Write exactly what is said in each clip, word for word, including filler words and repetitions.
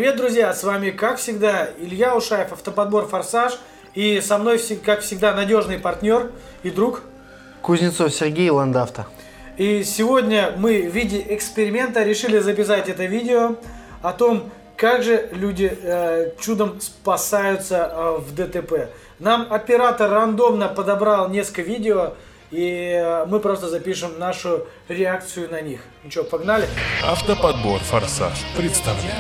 Привет, друзья! С вами, как всегда, Илья Ушаев, автоподбор «Форсаж». И со мной, как всегда, надежный партнер и друг Кузнецов Сергей, Ландавто. И сегодня мы в виде эксперимента решили записать это видео о том, как же люди э, чудом спасаются э, в ДТП. Нам оператор рандомно подобрал несколько видео, и э, мы просто запишем нашу реакцию на них. Ну что, погнали? Автоподбор «Форсаж» представляет.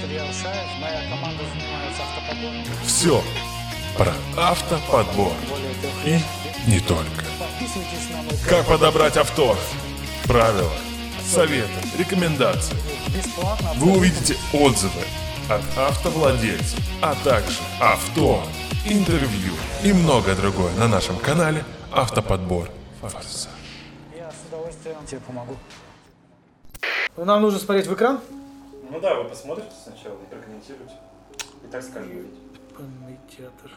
Все про автоподбор. И не только. Как подобрать авто? Правила, советы, рекомендации. Вы увидите отзывы от автовладельцев, а также авто, интервью и многое другое на нашем канале «Автоподбор «Форсаж». Я с удовольствием тебе помогу. Нам нужно смотреть в экран. Ну да, вы посмотрите сначала и прокомментируйте. И так скажем. Ебаный театр.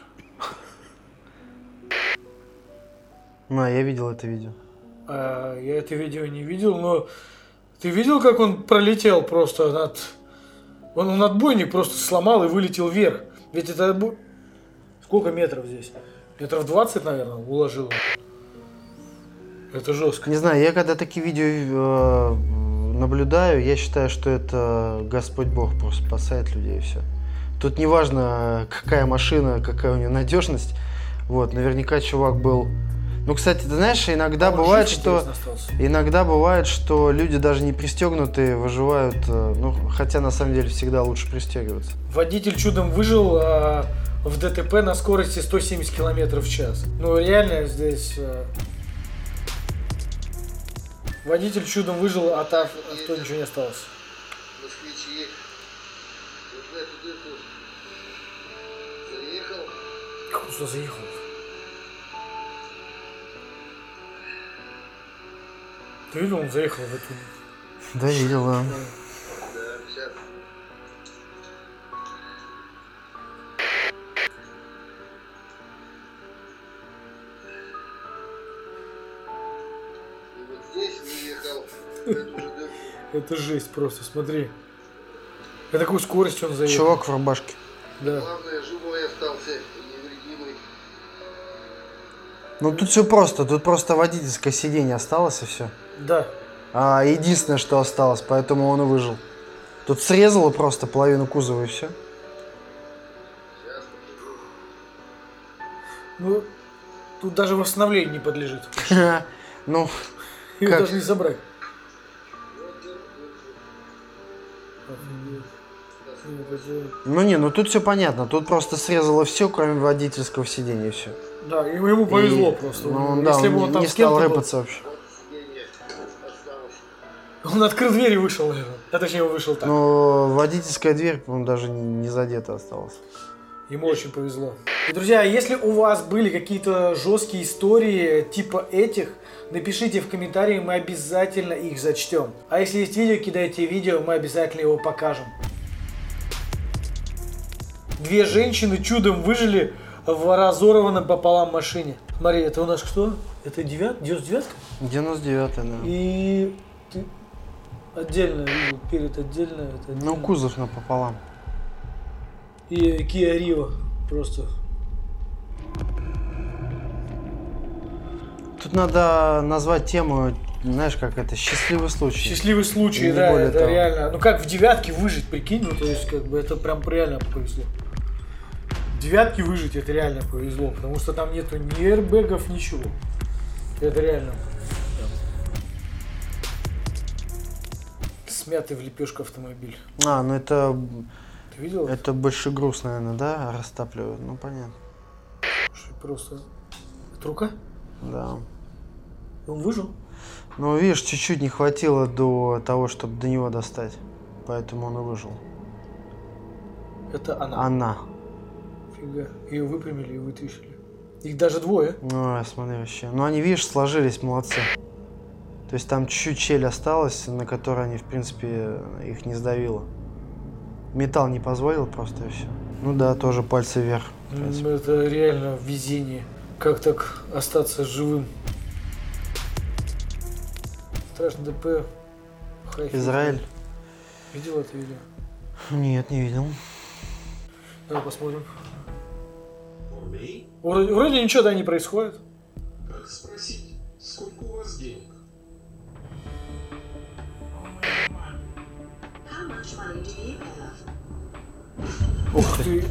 Ну, а я видел это видео. А, я это видео не видел, но ты видел, как он пролетел просто над... Он, он отбойник просто сломал и вылетел вверх. Ведь это... отбой- Сколько метров здесь? Метров двадцать, наверное, уложил. Это жестко. Не знаю, я когда такие видео э, наблюдаю, я считаю, что это Господь Бог просто спасает людей и все. Тут не важно, какая машина, какая у нее надежность. Вот, наверняка чувак был... Ну, кстати, ты знаешь, иногда А он бывает, жив, что... интересно, остался? Иногда бывает, что люди даже не пристегнутые выживают, э, ну, хотя на самом деле всегда лучше пристегиваться. Водитель чудом выжил а, в ДТП на скорости сто семьдесят километров в час. Ну, реально здесь... а, Водитель чудом выжил, а так авто ничего не осталось. Москвичи, вот в эту дырку заехал. Как он сюда заехал? Ты видел, он заехал в эту... Да, видел, да. Да, сейчас. И вот здесь заехал в эту же дырку. Это жесть просто, смотри. На такую скорость он заехал. Чувак в рубашке. Да. Главное, живой остался и невредимый. Ну, тут все просто, тут просто водительское сиденье осталось и все. Да. А единственное, что осталось, поэтому он и выжил. Тут срезало просто половину кузова и все. Сейчас покажу. Ну, тут даже восстановлению не подлежит. Ну, Ее Как? даже не собрать. ну не, ну тут все понятно. Тут просто срезало все, кроме водительского сиденья и все. Да, ему, ему повезло просто. Ну, да, Если он бы он не, там не с стал кем-то был, рыпаться вообще. Сиденье осталось. он открыл дверь и вышел, наверное. А точнее, он вышел так. Но водительская дверь, по-моему, даже не, не задета осталась. Ему очень повезло. И, друзья, если у вас были какие-то жесткие истории типа этих, напишите в комментарии, мы обязательно их зачтем. А если есть видео, кидайте видео, мы обязательно его покажем. Две женщины чудом выжили в разорванном пополам машине. Смотри, это у нас что? Это девят? девяносто девятка? девяносто девятая, да. И ты отдельно видел, перед отдельно. Это Ну, отдельно. кузов напополам. И Kia Rio просто. Тут надо назвать тему, знаешь, как это, счастливый случай. Счастливый случай, Не да, более это того. реально. Ну как в девятке выжить, прикинь, ну то есть как бы это прям реально повезло. В девятке выжить это реально повезло, потому что там нету ни эрбэгов, ничего. Это реально. Смятый в лепешку автомобиль. А, ну это, Ты видел? это больше груз, наверное, да, растапливают? Ну, понятно. Слушай, просто. Это рука? Да. Он выжил? Ну, видишь, чуть-чуть не хватило до того, чтобы до него достать. Поэтому он и выжил. Это она. Она. Фига. Ее выпрямили и вытащили. Их даже двое. Ну, смотри вообще. Ну, они, видишь, сложились, молодцы. То есть там чуть-чуть щель осталась, на которой они, в принципе, их не сдавило. Металл не позволил просто и все. Ну да, тоже пальцы вверх. в принципе. Ну, это реально везение. Как так остаться живым? Страшный ДП. Хайф. Израиль. Видел это видео? Нет, не видел. Давай посмотрим. Вроде, вроде ничего, да, не происходит. Как спросить, сколько у вас денег? Ух ты.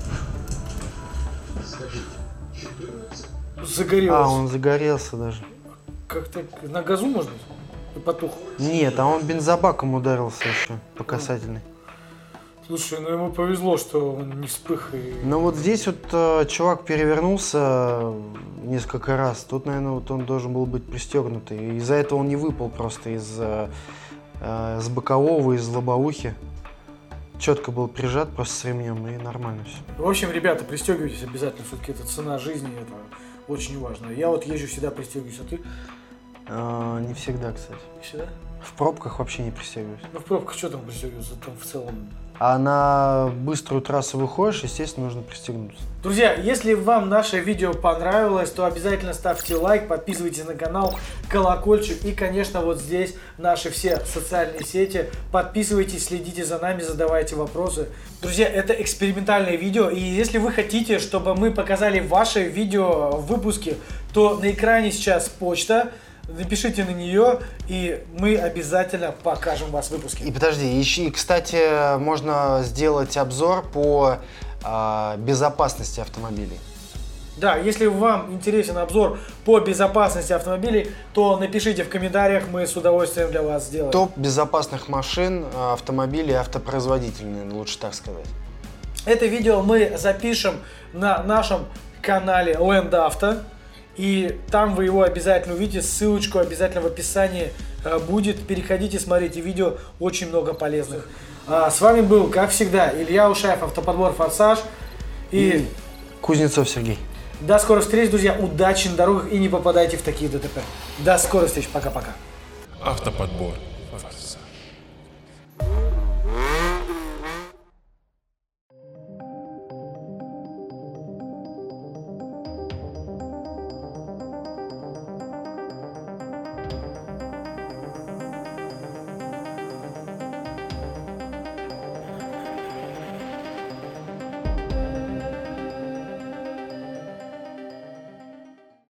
Скажите, четырнадцать? Загорелся. А, он загорелся даже. Как-то на газу, может быть? И потух. Нет, а он бензобаком ударился еще по касательной. Слушай, ну ему повезло, что он не вспых и... Ну вот здесь вот э, чувак перевернулся несколько раз. Тут, наверное, вот он должен был быть пристегнутый. И из-за этого он не выпал просто из, э, э, с бокового, из лобовухи. Четко был прижат просто с ремнем, и нормально все. В общем, ребята, пристегивайтесь обязательно. Все-таки это цена жизни, это очень важно. Я вот езжу всегда пристегиваюсь, а ты? Э, не всегда, кстати. Всегда? В пробках вообще не пристегиваюсь. Ну в пробках что там пристегиваться? Там в целом... А на быструю трассу выходишь, естественно, нужно пристегнуться. Друзья, если вам наше видео понравилось, то обязательно ставьте лайк, подписывайтесь на канал, колокольчик и, конечно, вот здесь наши все социальные сети. Подписывайтесь, следите за нами, задавайте вопросы. Друзья, это экспериментальное видео, и если вы хотите, чтобы мы показали ваше видео в выпуске, то на экране сейчас почта. Напишите на нее, и мы обязательно покажем вас в выпуске. И подожди, и, кстати, можно сделать обзор по э, безопасности автомобилей. Да, если вам интересен обзор по безопасности автомобилей, то напишите в комментариях, мы с удовольствием для вас сделаем. Топ безопасных машин, автомобилей, автопроизводителей, лучше так сказать. Это видео мы запишем на нашем канале Land Auto. И там вы его обязательно увидите, ссылочку обязательно в описании будет. Переходите, смотрите видео, очень много полезных. А, с вами был, как всегда, Илья Ушаев, автоподбор «Форсаж». И... и Кузнецов Сергей. До скорых встреч, друзья, удачи на дорогах и не попадайте в такие ДТП. До скорых встреч, пока-пока. Автоподбор.